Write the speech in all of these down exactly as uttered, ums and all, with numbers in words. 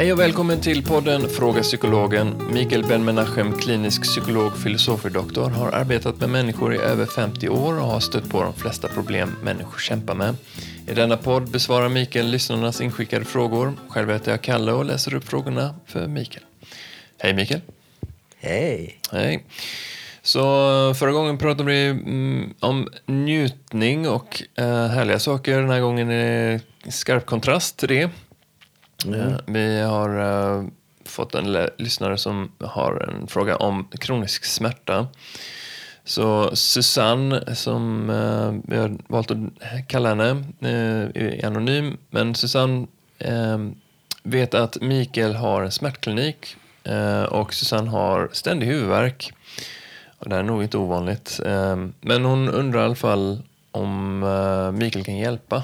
Hej och välkommen till podden Fråga Psykologen. Mikael Ben-Menachem, klinisk psykolog, filosofie-doktor, har arbetat med människor i över femtio år och har stött på de flesta problem människor kämpar med. I denna podd besvarar Mikael lyssnarnas inskickade frågor. Själv heter jag Kalle och läser upp frågorna för Mikael. Hej Mikael. Hej. Hej. Så förra gången pratade vi mm, om njutning och eh, härliga saker. Den här gången är det skarp kontrast till det. Mm. Eh, vi har eh, fått en le- lyssnare som har en fråga om kronisk smärta. Så Susanne, som eh, vi har valt att kalla henne, eh, är anonym. Men Susanne eh, vet att Mikael har en smärtklinik eh, och Susanne har ständig huvudvärk. Och det är nog inte ovanligt. Eh, men hon undrar i alla fall om eh, Mikael kan hjälpa.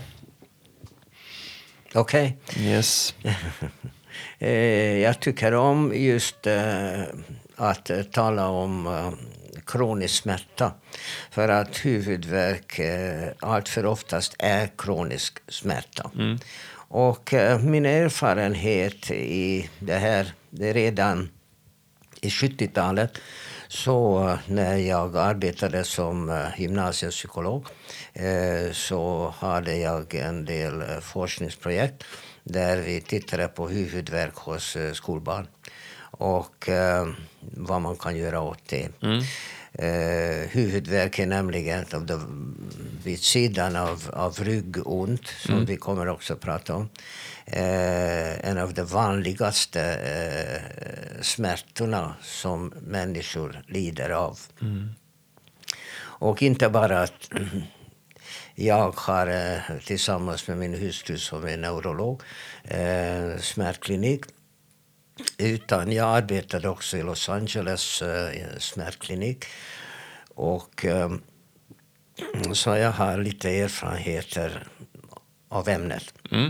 Okej. Okay. Yes. Jag tycker om just uh, att uh, tala om uh, kronisk smärta. För att huvudvärk uh, allt för oftast är kronisk smärta. Mm. Och uh, min erfarenhet i det här, det är redan i sjuttiotalet. Så när jag arbetade som gymnasiepsykolog så hade jag en del forskningsprojekt där vi tittade på huvudvärk hos skolbarn och vad man kan göra åt det. Mm. Uh, huvudvärk är nämligen vid sidan av, av ryggont, som mm. vi kommer också prata om. Uh, en av de vanligaste uh, smärtorna som människor lider av. Mm. Och inte bara att jag har uh, tillsammans med min hustru som är neurolog uh, smärtklinik. Utan jag arbetade också i Los Angeles uh, smärtklinik. Och uh, så jag har lite erfarenheter av ämnet. Mm.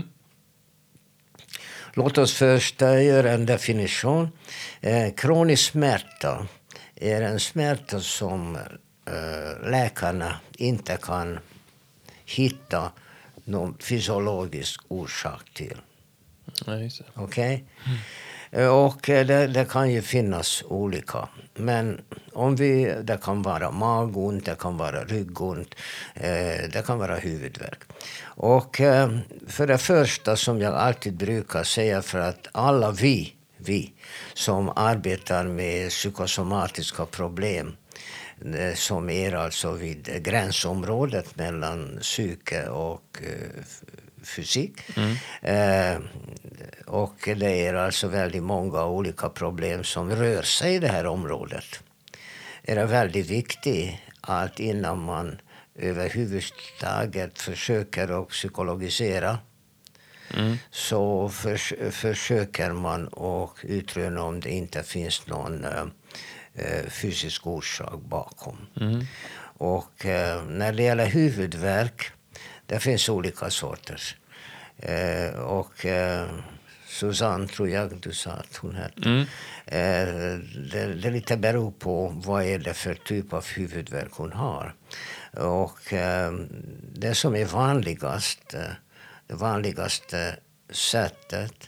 Låt oss först uh, göra en definition. Uh, kronisk smärta är en smärta som uh, läkarna inte kan hitta någon fysiologisk orsak till. Okej? Okay? Mm. Och det, det kan ju finnas olika. Men om vi, det kan vara magont, det kan vara ryggont, eh, det kan vara huvudvärk. Och eh, för det första som jag alltid brukar säga, för att alla vi, vi som arbetar med psykosomatiska problem, eh, som är alltså vid gränsområdet mellan psyke och eh, fysik. Mm. Eh, och det är alltså väldigt många olika problem som rör sig i det här området. Är det väldigt viktigt att innan man överhuvudtaget försöker att psykologisera mm. så för, försöker man att utröna om det inte finns någon eh, fysisk orsak bakom. Mm. Och eh, när det gäller huvudvärk, det finns olika sorters. Eh, och eh, Susanne, tror jag du sa att hon hette. Mm. Eh, det, det lite beror på vad är det för typ av huvudvärk hon har. Och eh, det som är vanligast, det vanligaste sättet,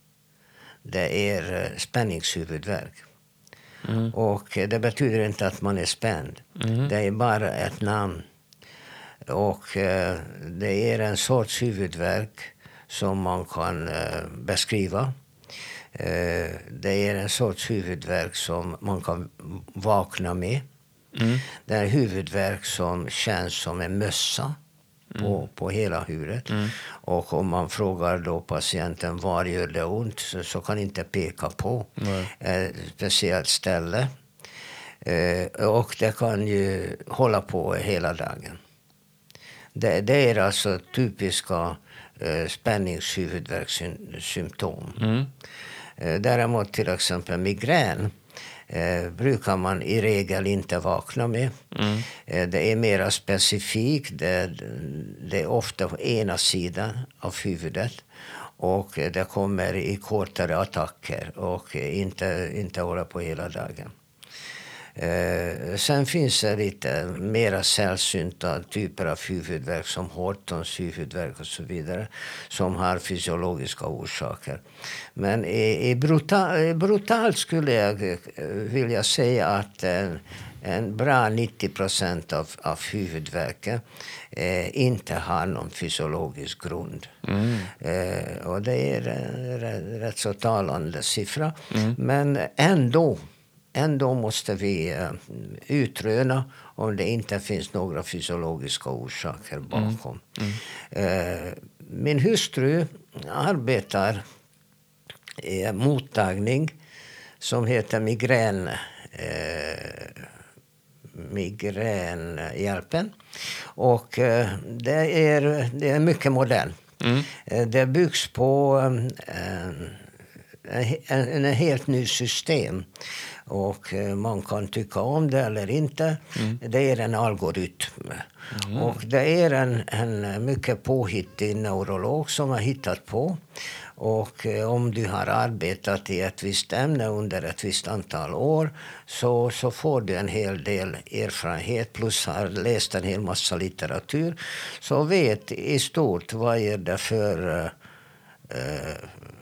det är spänningshuvudvärk. Mm. Och det betyder inte att man är spänd. Mm. Det är bara ett namn. Och eh, det är en sorts huvudvärk som man kan eh, beskriva. Eh, det är en sorts huvudvärk som man kan vakna med. Mm. Det är en huvudvärk som känns som en mössa mm. på, på hela huvudet. Mm. Och om man frågar då patienten var gör det ont, så, så kan inte peka på ett speciellt ställe. Eh, och det kan ju hålla på hela dagen. Det, det är alltså typiska eh, spänningshuvudvärkssymptom. Mm. Eh, däremot till exempel migrän eh, brukar man i regel inte vakna med. Mm. Eh, det är mer specifikt. Det, det är ofta på ena sidan av huvudet. Och det kommer i kortare attacker och inte, inte hålla på hela dagen. Eh, sen finns det lite mera sällsynta typer av huvudvärk som Hortons huvudvärk och så vidare, som har fysiologiska orsaker. Men i, i brutal, brutalt skulle jag vilja säga att en, en bra nittio procent av, av huvudvärken eh, inte har någon fysiologisk grund. Mm. Eh, och det är en rätt, rätt så talande siffra. Mm. Men ändå Ändå måste vi uh, utröna om det inte finns några fysiologiska orsaker bakom. Mm. Mm. Uh, min hustru arbetar i en mottagning som heter migrän, uh, migränhjälpen. Och uh, det, är, det är mycket modern. Mm. Uh, det byggs på um, en, en, en helt ny system. Och man kan tycka om det eller inte. Mm. Det är en algoritm. Mm. Och det är en, en mycket påhittig neurolog som har hittat på. Och om du har arbetat i ett visst ämne under ett visst antal år så, så får du en hel del erfarenhet plus har läst en hel massa litteratur. Så vet i stort vad är det för uh,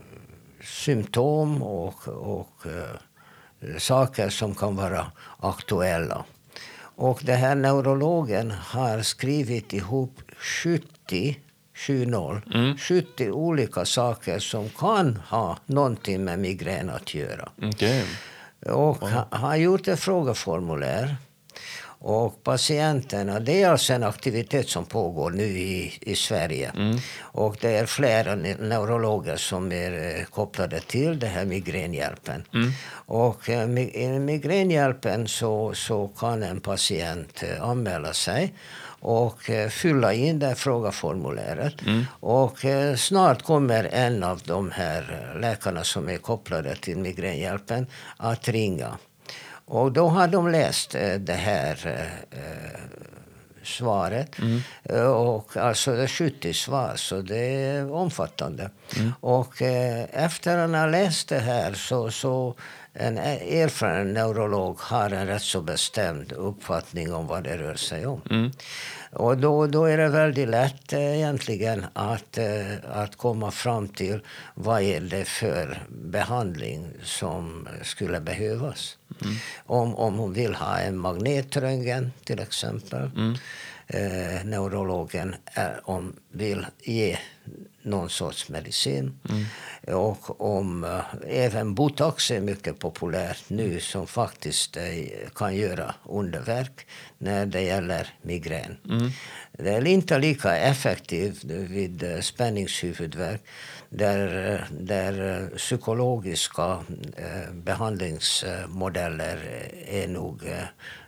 symptom och, och uh, saker som kan vara aktuella. Och den här neurologen har skrivit ihop sjuttio, sjuttio, mm. sjuttio olika saker som kan ha någonting med migrän att göra. Okay. Och wow. han har gjort ett frågeformulär. Och patienterna, det är alltså en aktivitet som pågår nu i, i Sverige. Mm. Och det är flera neurologer som är kopplade till det här migränhjälpen. Mm. Och i migränhjälpen så, så kan en patient anmäla sig och fylla in det frågeformuläret. Mm. Och snart kommer en av de här läkarna som är kopplade till migränhjälpen att ringa. Och då har de läst det här eh, svaret. Mm. Och alltså det är sjuttio svar, så det är omfattande. Mm. Och eh, efter att ha läst det här så, så en erfaren neurolog har en rätt så bestämd uppfattning om vad det rör sig om. Mm. Och då, då är det väldigt lätt eh, egentligen att, eh, att komma fram till vad är det för behandling som skulle behövas. Mm. Om, om hon vill ha en magnetröntgen till exempel. Mm. Eh, neurologen är, om vill ge någon sorts medicin. Mm. Och om äh, även botox är mycket populärt nu som faktiskt äh, kan göra underverk när det gäller migrän. Mm. Det är inte lika effektivt vid äh, spänningshuvudvärk där, där äh, psykologiska äh, behandlingsmodeller är nog äh,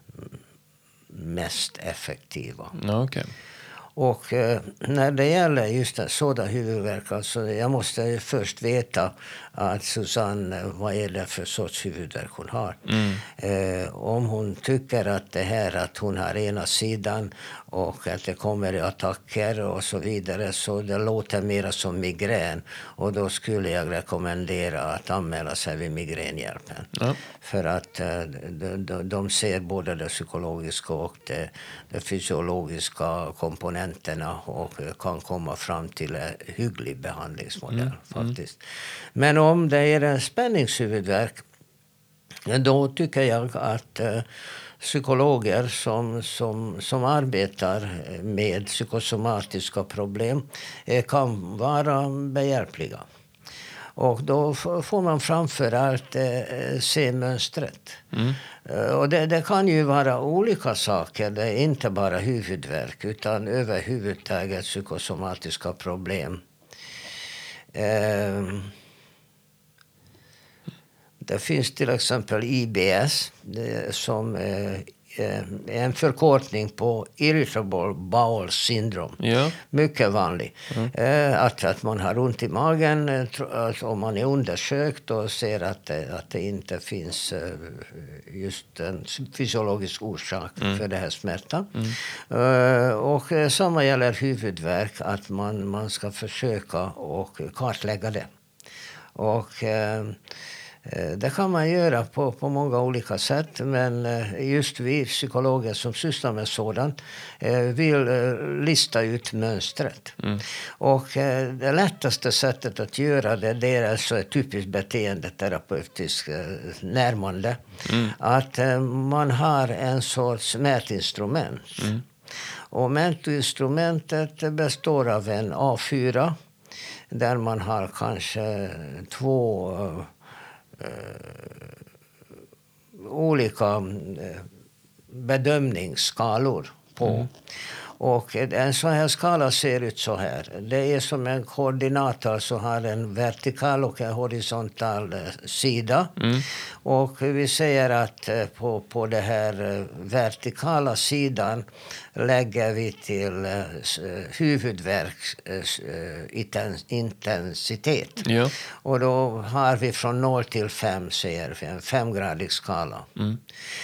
mest effektiva. Okay. Och eh, när det gäller just sådan huvudvärk, alltså jag måste först veta att Susanne, vad är det för sorts huvudvärk hon har. Mm. Eh, om hon tycker att det här att hon har ena sidan och att det kommer attacker och så vidare, så det låter mer som migrän. Och då skulle jag rekommendera att anmäla sig vid migränhjälpen. Ja. För att eh, de, de, de ser både det psykologiska och det, det fysiologiska komponenterna och kan komma fram till en hygglig behandlingsmodell. Mm. faktiskt. Mm. Men om det är en spänningshuvudvärk, då tycker jag att eh, psykologer som, som, som arbetar med psykosomatiska problem eh, kan vara behjälpliga. Och då får man framförallt eh, se mönstret. Mm. Uh, och det, det kan ju vara olika saker. Det är inte bara huvudvärk utan överhuvudtaget psykosomatiska problem. Uh, det finns till exempel I B S det, som uh, är en förkortning på Irritable Bowel Syndrome. Ja. Mycket vanlig. Mm. Eh, att, att man har ont i magen eh, om man är undersökt och ser att det, att det inte finns eh, just en fysiologisk orsak mm. för det här smärtan. Mm. Eh, och eh, samma gäller huvudvärk, att man, man ska försöka och kartlägga det. Och... Eh, Det kan man göra på, på många olika sätt, men just vi psykologer som sysslar med sådant vill lista ut mönstret. Mm. Och det lättaste sättet att göra det, det är alltså ett typiskt beteendeterapeutiskt närmande. Mm. Att man har en sorts mätinstrument. Mm. Och mätinstrumentet består av en A fyra där man har kanske två Uh, olika uh, bedömningsskalor på. Mm. Och en sån här skala ser ut så här. Det är som en koordinat, alltså har en vertikal och en horisontal uh, sida. Mm. Och vi säger att uh, på, på det här uh, vertikala sidan lägger vi till uh, huvudvärks uh, intensitet. Ja. Och då har vi från noll till fem, säger vi, en femgradig skala. Mm.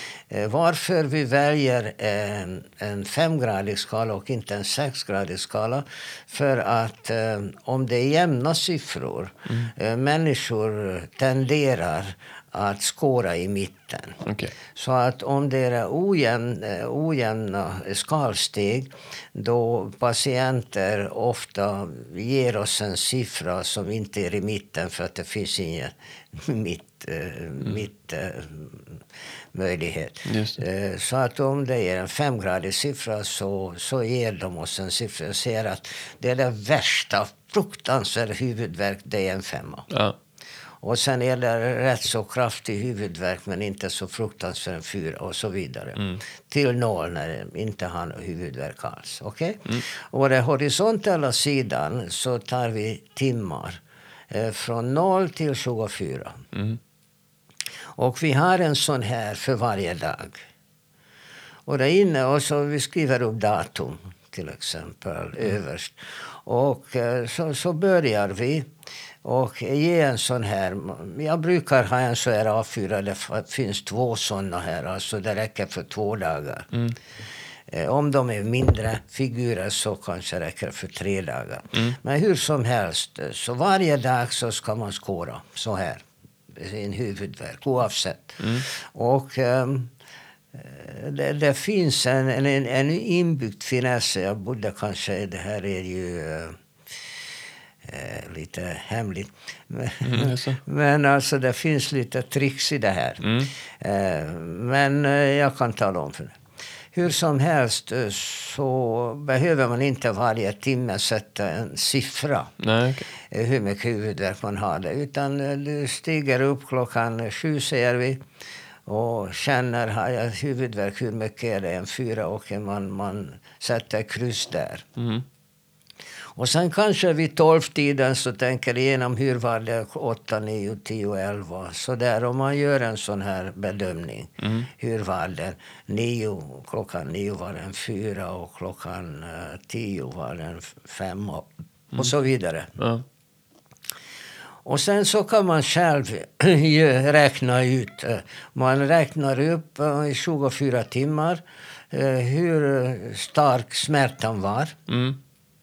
Varför vi väljer en, en femgradig skala och inte en sexgradig skala? För att eh, om det är jämna siffror, mm. eh, människor tenderar att skåra i mitten. Okay. Så att om det är ojämn, ojämna skalsteg, då patienter ofta ger oss en siffra som inte är i mitten för att det finns ingen mitt, mm. mitt möjlighet. Så att om det är en femgradig siffra så, så ger de oss en siffra och säger att det är det värsta, fruktansvärd huvudvärk, det är en femma. Ja. Och sen är det rätt så kraftig huvudvärk men inte så fruktansvärd en fyra och så vidare. Mm. Till noll när det inte har huvudvärk alls. Okay? Mm. Och den horisontella sidan så tar vi timmar. Eh, från noll till tjugofyra. Mm. Och vi har en sån här för varje dag. Och där inne, och så vi skriver upp datum till exempel mm. överst. Och eh, så, så börjar vi. Och ge en sån här, jag brukar ha en sån här A fyra, det finns två såna här, alltså det räcker för två dagar. Mm. Eh, om de är mindre figurer så kanske det räcker för tre dagar. Mm. Men hur som helst, så varje dag så ska man skåra så här, sin huvudvärk, oavsett. Mm. Och um, det, det finns en, en, en inbyggd finess, jag borde kanske, det här är ju... Uh, Eh, lite hemligt. Mm, alltså. Men alltså det finns lite tricks i det här. Mm. Eh, men eh, jag kan tala om för det. Hur som helst så behöver man inte varje timme sätta en siffra. Nej, okay. eh, hur mycket huvudvärk man har det. Utan eh, du stiger upp klockan sju, säger vi. Och känner, har jag huvudvärk, hur mycket är det? En fyra, och man, man sätter kryss där. Mm. Och sen kanske vid tolv-tiden så tänker igenom hur var det åtta, nio, tio, elva. Så där om man gör en sån här bedömning. Mm. Hur var det? Nio, klockan nio var det en fyra och klockan uh, tio var det en fem och, mm. och så vidare. Ja. Och sen så kan man själv räkna ut. Man räknar upp uh, i tjugofyra timmar uh, hur stark smärtan var. Mm.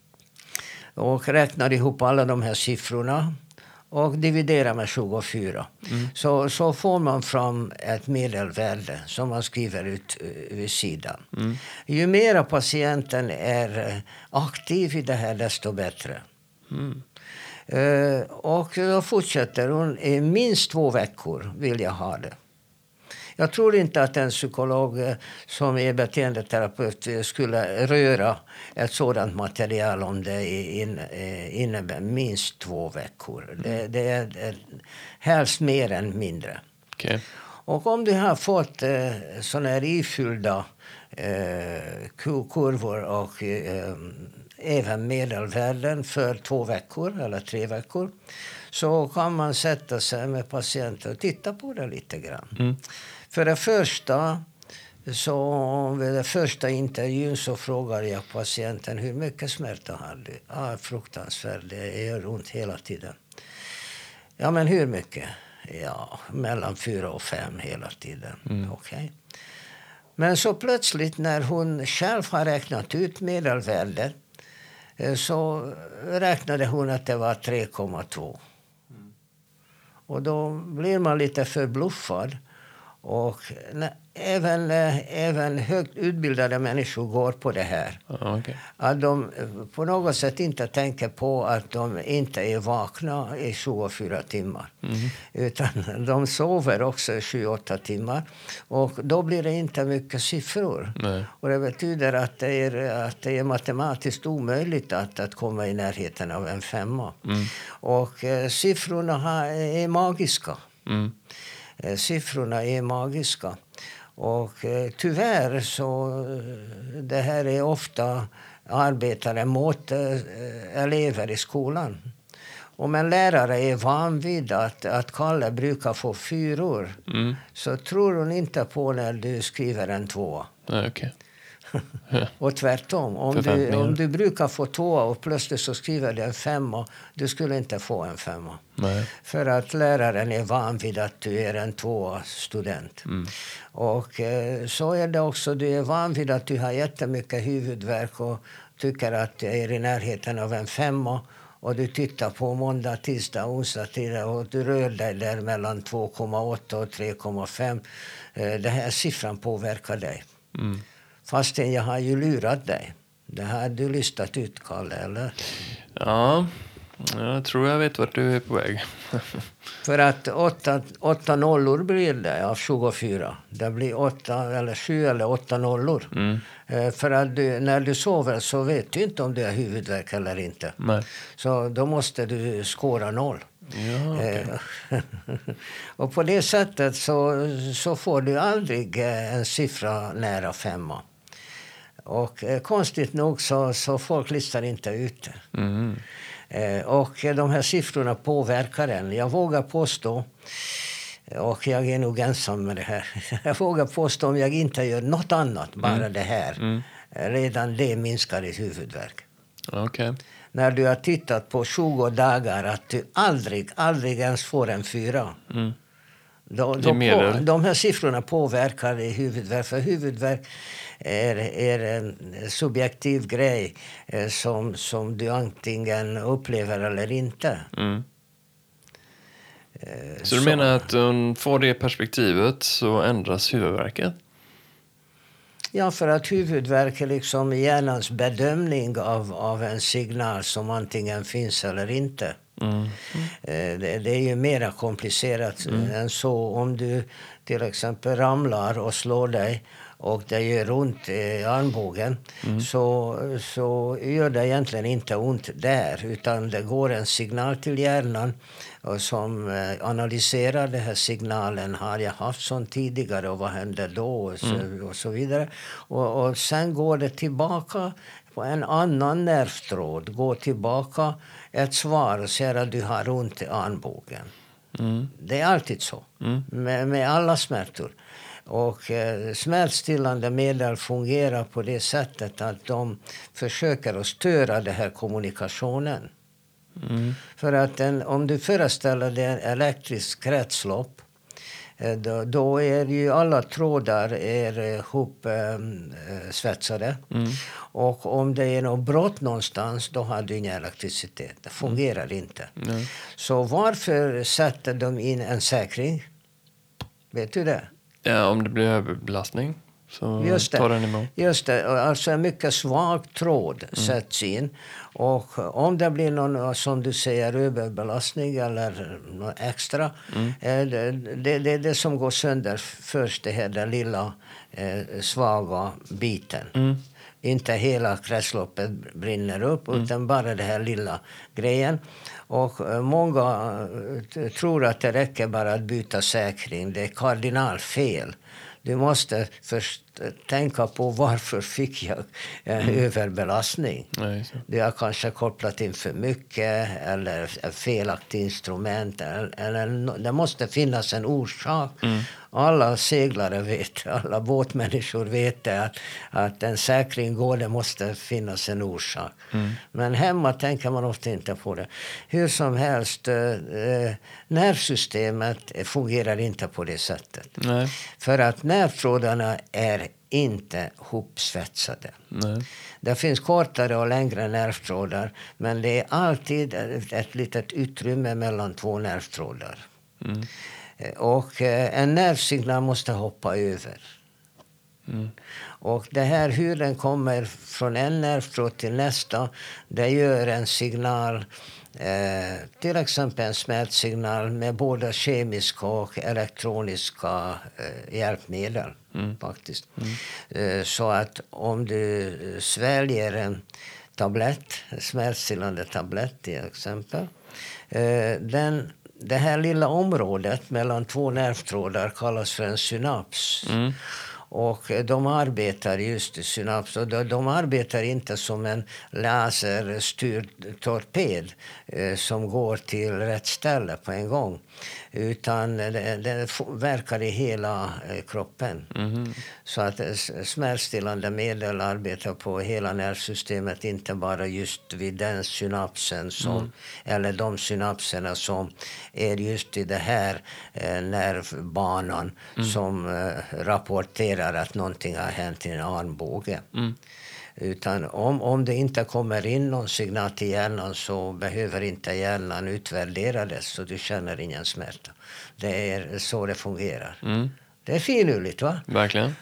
Och räknar ihop alla de här siffrorna och dividerar med tjugofyra. Mm. Så, så får man fram ett medelvärde som man skriver ut uh, vid sidan. Mm. Ju mer patienten är aktiv i det här, desto bättre. Mm. Uh, och då fortsätter hon i minst två veckor vill jag ha det. Jag tror inte att en psykolog som är beteendeterapeut skulle röra ett sådant material om det in, innebär minst två veckor. Mm. Det, det är helst mer än mindre. Okay. Och om du har fått eh, sådana här ifyllda eh, kurvor och eh, även medelvärden för två veckor eller tre veckor, så kan man sätta sig med patienten och titta på det lite grann. Mm. För det första, så vid den första intervjun så frågar jag patienten hur mycket smärta har du? Ja, fruktansvärt, det gör ont hela tiden. Ja, men hur mycket? Ja, mellan fyra och fem hela tiden. Mm. Okej. Okay. Men så plötsligt när hon själv har räknat ut medelvärdet så räknade hon att det var tre komma två. Mm. Och då blir man lite förbluffad. Och när, även, även högt utbildade människor går på det här. Ja, okay. Att de på något sätt inte tänker på att de inte är vakna i tjugofyra timmar. Mm. Utan de sover också i sju åtta timmar. Och då blir det inte mycket siffror. Nej. Och det betyder att det är, att det är matematiskt omöjligt att, att komma i närheten av en femma. Mm. Och eh, siffrorna har, är magiska. Mm. Eh, siffrorna är magiska. Och eh, tyvärr så eh, det här är ofta arbetare mot eh, elever i skolan. Om en lärare är van vid att, att Kalle brukar få fyror, mm. så tror hon inte på när du skriver en tvåa. Nej, okej. Och tvärtom. Om du, om du brukar få tvåa och plötsligt så skriver du en femma, du skulle inte få en femma. Nej. För att läraren är van vid att du är en tvåa student. Mm. Och eh, så är det också. Du är van vid att du har jättemycket huvudvärk och tycker att du är i närheten av en femma. Och du tittar på måndag, tisdag, onsdag, tisdag och du rör dig där mellan två komma åtta och tre komma fem. Eh, den här siffran påverkar dig. Mm. Fastän jag har ju lurat dig. Det har du listat ut, Kalle, eller? Ja, jag tror jag vet vart du är på väg. För att åtta, åtta nollor blir det av tjugofyra. Det blir åtta eller sju eller åtta nollor. Mm. För att du, när du sover så vet du inte om du har huvudvärk eller inte. Nej. Så då måste du skåra noll. Ja, okay. Och på det sättet så, så får du aldrig en siffra nära femma. Och eh, konstigt nog så, så folk listar inte ut det. Mm. Eh, och de här siffrorna påverkar en. Jag vågar påstå, och jag är nog ensam med det här. Jag vågar påstå om jag inte gör något annat, bara mm. det här. Mm. Redan det minskar i huvudvärk. Okay. När du har tittat på tjugo dagar att du aldrig, aldrig ens får en fyra. Mm. Då, då på, de här siffrorna påverkar i huvudvärk. För huvudvärk är, är en subjektiv grej eh, som, som du antingen upplever eller inte. Mm. Eh, så, så du menar att om får det perspektivet så ändras huvudvärket? Ja, för att huvudvärk är liksom hjärnans bedömning av, av en signal som antingen finns eller inte. Mm. Mm. Det, det är ju mer komplicerat mm. än så. Om du till exempel ramlar och slår dig och det gör ont i armbågen mm. så, så gör det egentligen inte ont där, utan det går en signal till hjärnan och som analyserar den här signalen. Har jag haft sånt tidigare och vad händer då? Och så, mm. och så vidare. Och, och sen går det tillbaka på en annan nervtråd. Går tillbaka ett svar och säger att du har ont i armbågen. Mm. Det är alltid så. Mm. Med, med alla smärtor. Och eh, smärtstillande medel fungerar på det sättet att de försöker att störa den här kommunikationen. Mm. För att en, om du föreställer dig en elektrisk kretslopp, eh, då, då är ju alla trådar är ihop eh, svetsade. Mm. Och om det är något brott någonstans, då har du ingen elektricitet. Det fungerar mm. inte. Mm. Så varför sätter de in en säkring? Vet du det? Ja, om det blir överbelastning så just det, tar den emot. Just det, alltså en mycket svag tråd mm. sätts in. Och om det blir någon, som du säger, överbelastning eller något extra, mm. det, det, det är det som går sönder först, det här den lilla eh, svaga biten. Mm. Inte hela kretsloppet brinner upp, mm. utan bara det här lilla grejen. Och många tror att det räcker bara att byta säkring. Det är kardinalt fel. Du måste först tänka på varför fick jag en mm. överbelastning. Nej, du har kanske kopplat in för mycket eller ett felaktigt instrument. Eller, eller, det måste finnas en orsak. Mm. Alla seglare vet, alla båtmänniskor vet att, att en säkring går, det måste finnas en orsak. Mm. Men hemma tänker man ofta inte på det. Hur som helst, eh, nervsystemet fungerar inte på det sättet. Nej. För att nervtrådarna är inte hopsvetsade. Nej. Det finns kortare och längre nervtrådar, men det är alltid ett, ett litet utrymme mellan två nervtrådar. Mm. Och en nervsignal måste hoppa över. Mm. Och det här hur den kommer från en nervtråd till nästa, det gör en signal, eh, till exempel en smärtsignal med både kemiska och elektroniska eh, hjälpmedel. Mm. Faktiskt. Mm. Eh, så att om du sväljer en tablett, en smärtstillande tablett till exempel, eh, den det här lilla området mellan två nervtrådar kallas för en synaps. Mm. Och de arbetar just i synaps. Och de, de arbetar inte som en laserstyrd torped eh, som går till rätt ställe på en gång. Utan det, det verkar i hela eh, kroppen. Mm. Så att eh, smärtstillande medel arbetar på hela nervsystemet. Inte bara just vid den synapsen som, mm. eller de synapserna som är just i det här eh, nervbanan mm. som eh, rapporterar att någonting har hänt i en armbåge. Mm. Utan om, om det inte kommer in någon signal till hjärnan så behöver inte hjärnan utvärdera det så du känner ingen smärta. Det är så det fungerar. Mm. Det är finurligt, va? Verkligen.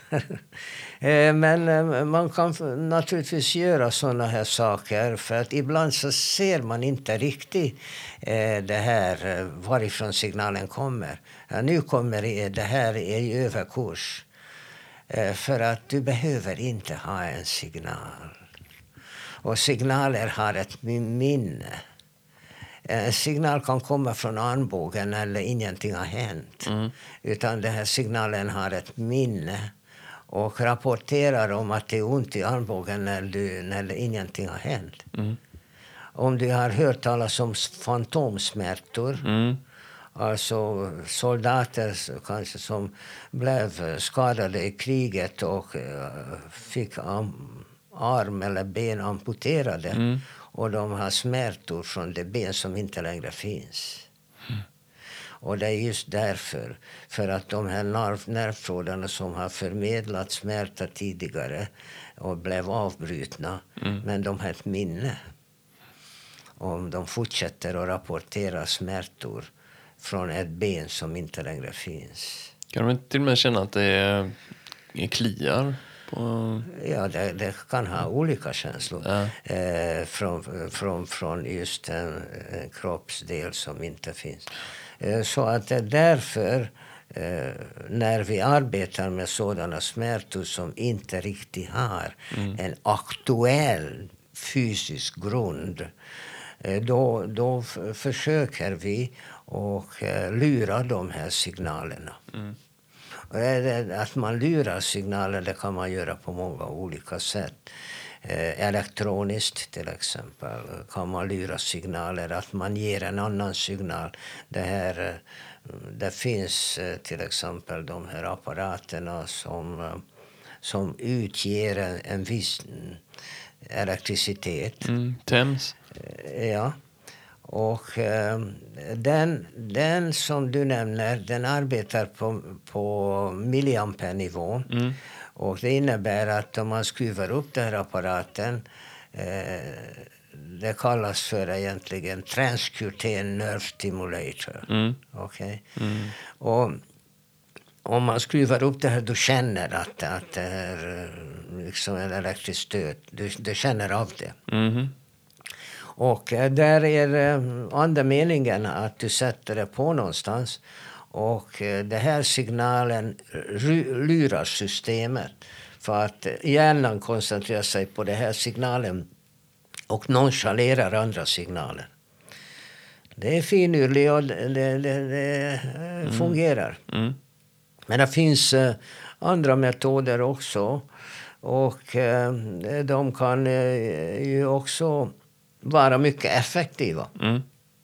Men man kan naturligtvis göra såna här saker för att ibland så ser man inte riktigt det här varifrån signalen kommer. Ja, nu kommer det här i överkurs. För att du behöver inte ha en signal. Och signaler har ett minne. En signal kan komma från armbågen eller ingenting har hänt. Mm. Utan den här signalen har ett minne. Och rapporterar om att det är ont i armbågen när, du, när ingenting har hänt. Mm. Om du har hört talas om fantomsmärtor. Mm. Alltså soldater kanske som blev skadade i kriget och fick arm eller ben amputerade. Mm. Och de har smärtor från det ben som inte längre finns. Mm. Och det är just därför. För att de här nerv, nervtrådarna som har förmedlat smärta tidigare och blev avbrutna. Mm. Men de har ett minne. Om de fortsätter att rapportera smärtor från ett ben som inte längre finns. Kan de till och med känna att det är, är kliar? På... Ja, det, det kan ha olika känslor. Ja. Eh, från, från, från just en, en kroppsdel som inte finns. Eh, så att det är därför eh, när vi arbetar med sådana smärtor som inte riktigt har mm. en aktuell fysisk grund. Eh, då, då f- försöker vi och eh, lura de här signalerna. Mm. Att man lurar signaler, det kan man göra på många olika sätt. Eh, elektroniskt till exempel kan man lura signaler, att man ger en annan signal. Det, här, det finns eh, till exempel de här apparaterna som, eh, som utger en, en viss elektricitet. Mm, T E M S. Eh, ja. Och eh, den, den som du nämner, den arbetar på, på milliampere-nivå. Mm. Och det innebär att om man skruvar upp den här apparaten, eh, det kallas för egentligen transcutaneous nerve stimulator. Mm. Okay? Mm. Och om man skruvar upp det här, du känner att, att det är liksom en elektrisk stöd. Du, du känner av det. Mm. Och där är andemeningen att du sätter det på någonstans. Och det här signalen lurar systemet. För att hjärnan koncentrerar sig på den här signalen och nonchalerar andra signaler. Det är finurligt och det, det, det mm. fungerar. Mm. Men det finns andra metoder också. Och de kan ju också vara mycket effektiva. Mm.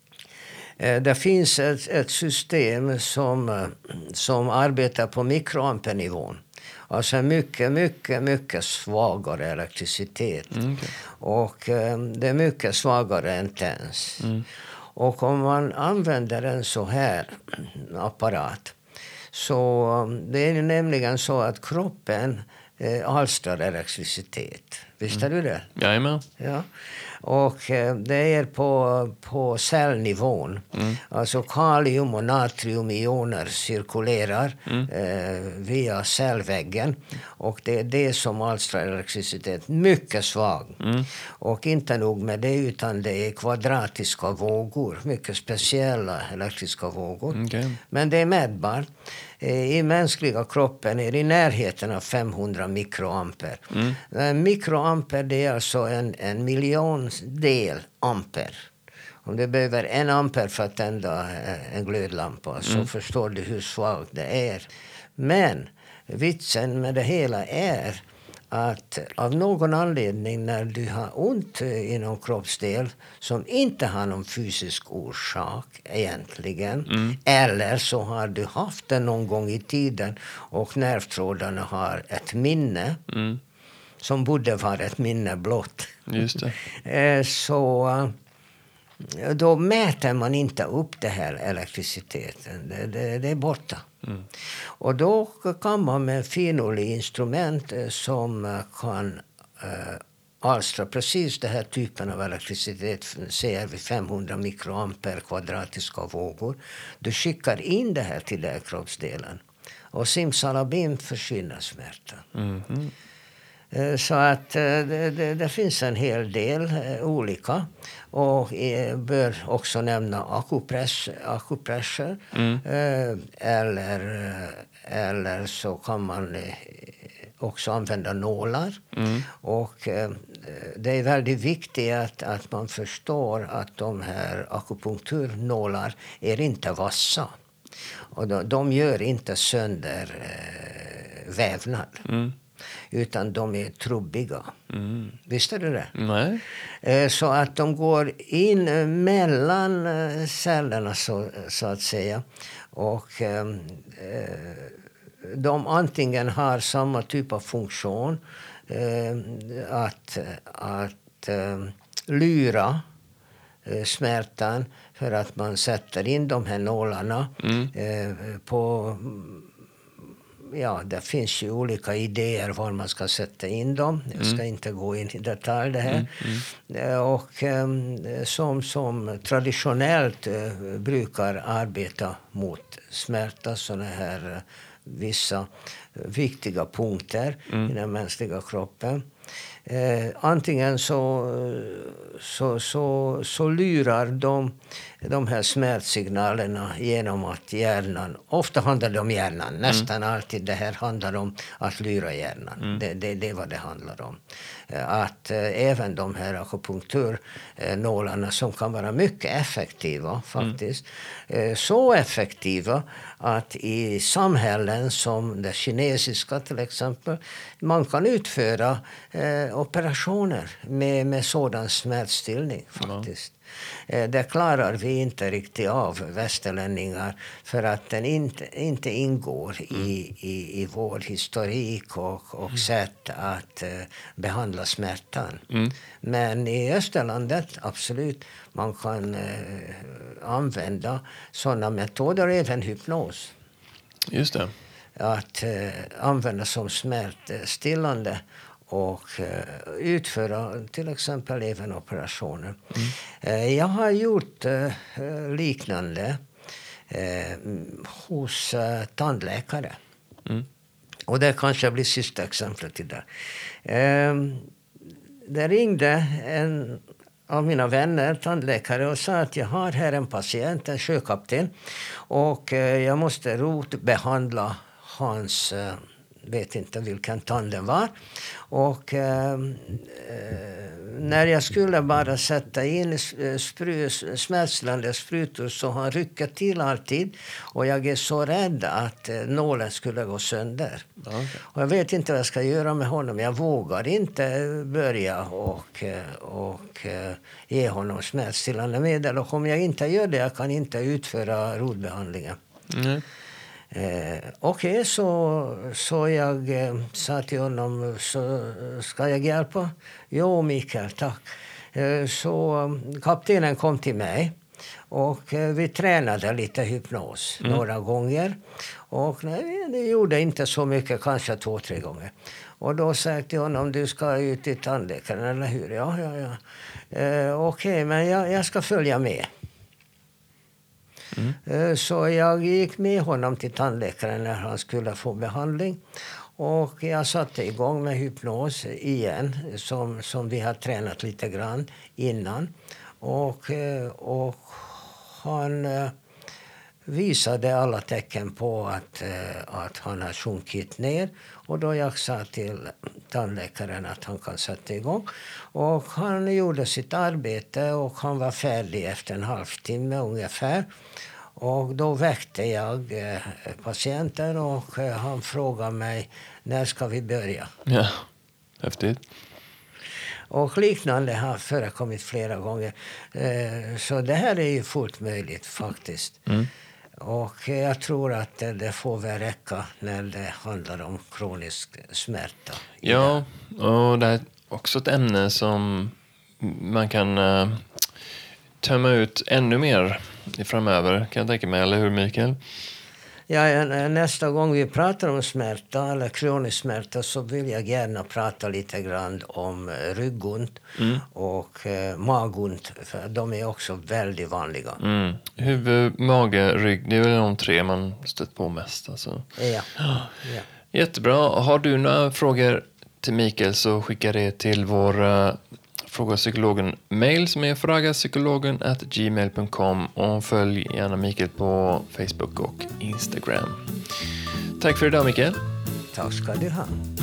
Det finns ett, ett system som, som arbetar på mikroampernivån. Alltså mycket, mycket, mycket svagare elektricitet. Mm, okay. Och det är mycket svagare än T E M S. Mm. Och om man använder en så här apparat, så det är nämligen så att kroppen eh, alstrar elektricitet. Visste mm. du det? Jajamän. Ja. Och eh, det är på, på cellnivån. Mm. Alltså kalium och natriumioner cirkulerar mm. eh, via cellväggen. Och det är det som alstrar elektricitet. Mycket svag. Mm. Och inte nog med det, utan det är kvadratiska vågor. Mycket speciella elektriska vågor. Okay. Men det är mätbart. I mänskliga kroppen är det i närheten av femhundra mikroampere. Mm. Mikroampere, det är alltså en, en miljondel ampere. Om du behöver en ampere för att tända en glödlampa mm. så förstår du hur svagt det är. Men vitsen med det hela är att av någon anledning när du har ont i någon kroppsdel som inte har någon fysisk orsak egentligen, mm. eller så har du haft det någon gång i tiden och nervtrådarna har ett minne mm. som borde vara ett minne blott. Just det. Så då mäter man inte upp det här elektriciteten. Det, det, det är borta. Mm. Och då kan man med finurliga instrument som kan äh, alstra precis den här typen av elektricitet, ser vi femhundra mikroampere kvadratiska vågor. Du skickar in det här till den kroppsdelen. Och simsalabim försvinner smärtan. Mm-hmm. Så att det, det, det finns en hel del olika. Och jag bör också nämna akupressor. akupressor. Mm. Eller, eller så kan man också använda nålar. Mm. Och det är väldigt viktigt att, att man förstår att de här akupunkturnålar är inte vassa. Och de, de gör inte sönder vävnad. Mm. Utan de är trubbiga. Mm. Visste du det? Nej. Så att de går in mellan cellerna så, så att säga. Och eh, de antingen har samma typ av funktion. Eh, att att eh, lyra smärtan för att man sätter in de här nålarna mm. eh, på... Ja, det finns ju olika idéer var man ska sätta in dem. Jag ska mm. inte gå in i detalj det här. Mm. Mm. Och um, som, som traditionellt uh, brukar arbeta mot smärta, sådana här uh, vissa uh, viktiga punkter mm. i den mänskliga kroppen. Eh, antingen så, så, så, så lyrar de, de här smärtsignalerna genom att hjärnan, ofta handlar det om hjärnan, nästan mm. alltid det här handlar om att lyra hjärnan. Mm. Det, det, det är vad det handlar om. Eh, att eh, även de här akupunkturnålarna som kan vara mycket effektiva faktiskt, mm. eh, så effektiva att i samhällen som det kinesiska till exempel, man kan utföra eh, operationer med, med sådan smärtstillning faktiskt. Ja. Eh, det klarar vi inte riktigt av, västerlänningar, för att den inte, inte ingår mm. i, i, i vår historik och, och mm. sätt att eh, behandla smärtan. Mm. Men i Österlandet, absolut, man kan eh, använda sådana metoder, även hypnos. Just det. Att eh, använda som smärtstillande och eh, utföra till exempel även operationer. Mm. Eh, jag har gjort eh, liknande eh, hos eh, tandläkare. Mm. Och det kanske blir sista exemplet till det. Eh, det ringde en av mina vänner, tandläkare, och sa att jag har här en patient, en sjökapten, och eh, jag måste rotbehandla hans, eh, vet inte vilken tand det var. Och eh, när jag skulle bara sätta in spru, smärtstillande sprutor så han rycker till alltid. Och jag är så rädd att eh, nålen skulle gå sönder. Okay. Och jag vet inte vad jag ska göra med honom. Jag vågar inte börja och, och ge honom smärtstillande medel. Och om jag inte gör det, jag kan inte utföra rotbehandlingen. Mm. Eh, Okej, okay, så, så jag eh, sa till honom, så ska jag hjälpa? Jo, Mikael, tack. Eh, så kaptenen kom till mig Och eh, vi tränade lite hypnos Mm. några gånger. Och nej, det gjorde inte så mycket, kanske två, tre gånger. Och då sa jag till honom, du ska ut till tandläkaren, eller hur? Ja, ja, ja. Eh, Okej, okay, men jag, jag ska följa med. Mm. Eh, så jag gick med honom till tandläkaren när han skulle få behandling. Och jag satte igång med hypnos igen, som, som vi har tränat lite grann innan. Och, eh, och han eh, visade alla tecken på att, eh, att han har sjunkit ner. Och då jag sa till tandläkaren att han kan sätta igång. Och han gjorde sitt arbete och han var färdig efter en halvtimme ungefär. Och då väckte jag eh, patienten och eh, han frågade mig, när ska vi börja? Ja, häftigt. Och liknande har förekommit flera gånger. Eh, så det här är ju fullt möjligt faktiskt. Mm. Och jag tror att det, det får väl räcka när det handlar om kronisk smärta. Ja, och det är också ett ämne som man kan uh, tömma ut ännu mer framöver, kan jag tänka mig. Eller hur, Mikael? Ja, nästa gång vi pratar om smärta eller kronisk smärta så vill jag gärna prata lite grann om ryggont Mm. och eh, magont. För de är också väldigt vanliga. Mm. Huvud, mage, rygg, det är väl de tre man stött på mest. Alltså. Ja. Ja. Jättebra. Har du några frågor till Mikael så skicka det till vår uh, Fråga Psykologen mail som är fragapsykologen at gmail dot com och följ gärna Mikael på Facebook och Instagram. Tack för idag, Mikael. Tack ska du ha.